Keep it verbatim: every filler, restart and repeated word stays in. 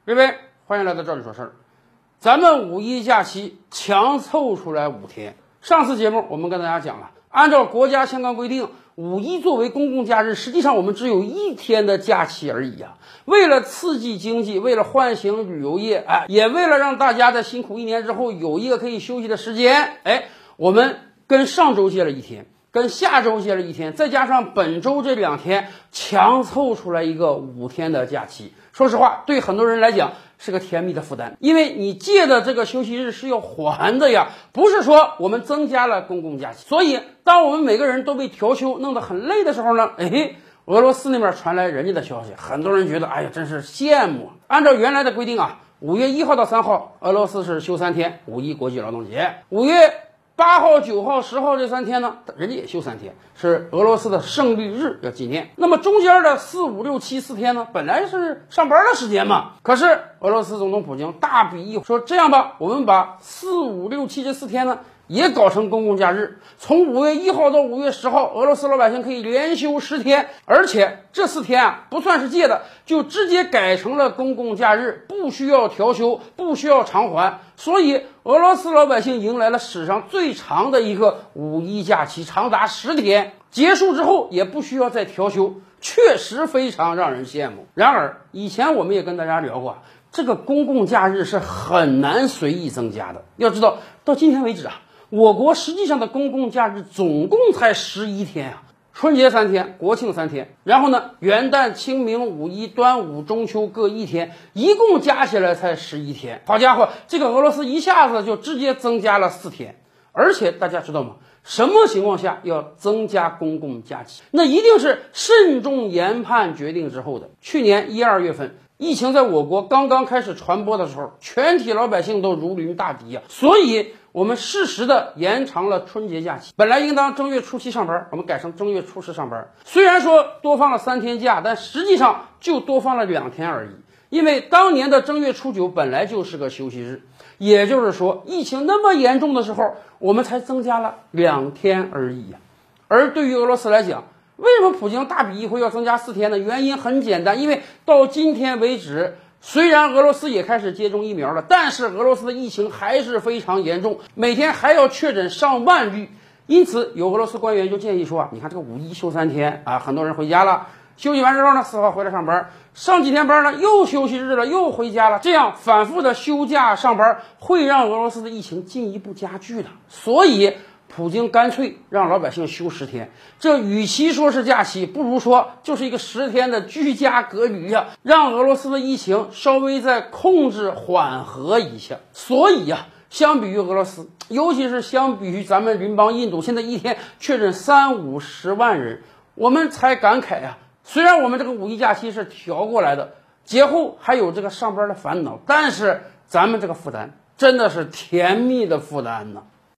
各位，欢迎来到这里说事儿。咱们五一假期强凑出来五天。上次节目我们跟大家讲了，按照国家相关规定，五一作为公共假日，实际上我们只有一天的假期而已啊。为了刺激经济，为了唤醒旅游业，哎，也为了让大家在辛苦一年之后有一个可以休息的时间，哎，我们跟上周借了一天。跟下周借了一天，再加上本周这两天，强凑出来一个五天的假期。说实话，对很多人来讲是个甜蜜的负担，因为你借的这个休息日是要还的呀，不是说我们增加了公共假期。所以，当我们每个人都被调休弄得很累的时候呢，哎，俄罗斯那边传来人家的消息，很多人觉得，哎呀，真是羡慕。按照原来的规定啊，五月一号到三号，俄罗斯是休三天，五一国际劳动节。五月八号、九号、十号这三天呢，人家也休三天，是俄罗斯的胜利日要纪念。那么中间的四五六七四天呢，本来是上班的时间嘛。可是俄罗斯总统普京大笔一挥说，这样吧，我们把四五六七这四天呢也搞成公共假日，从五月一号到五月十号，俄罗斯老百姓可以连休十天，而且这四天啊不算是借的，就直接改成了公共假日，不需要调休，不需要偿还。所以俄罗斯老百姓迎来了史上最长的一个五一假期，长达十天，结束之后也不需要再调休，确实非常让人羡慕。然而以前我们也跟大家聊过啊，这个公共假日是很难随意增加的。要知道到今天为止啊，我国实际上的公共假日总共才十一天啊，春节三天，国庆三天，然后呢，元旦、清明、五一、端午、中秋各一天，一共加起来才十一天。好家伙，这个俄罗斯一下子就直接增加了四天。而且大家知道吗？什么情况下要增加公共假期？那一定是慎重研判决定之后的。去年一二月份，疫情在我国刚刚开始传播的时候，全体老百姓都如临大敌啊，所以我们适时的延长了春节假期，本来应当正月初七上班，我们改成正月初十上班。虽然说多放了三天假，但实际上就多放了两天而已。因为当年的正月初九本来就是个休息日，也就是说，疫情那么严重的时候，我们才增加了两天而已啊。而对于俄罗斯来讲，为什么普京大笔一挥要增加四天呢？原因很简单，因为到今天为止，虽然俄罗斯也开始接种疫苗了，但是俄罗斯的疫情还是非常严重，每天还要确诊上万例。因此，有俄罗斯官员就建议说啊，你看这个五一休三天啊，很多人回家了，休息完之后呢，四号回来上班，上几天班呢，又休息日了，又回家了，这样反复的休假上班，会让俄罗斯的疫情进一步加剧的。所以普京干脆让老百姓休十天，这与其说是假期，不如说就是一个十天的居家隔离呀、啊，让俄罗斯的疫情稍微再控制缓和一下。所以呀、啊，相比于俄罗斯，尤其是相比于咱们邻邦印度，现在一天确诊三五十万人，我们才感慨呀、啊。虽然我们这个五一假期是调过来的，节后还有这个上班的烦恼，但是咱们这个负担真的是甜蜜的负担呢。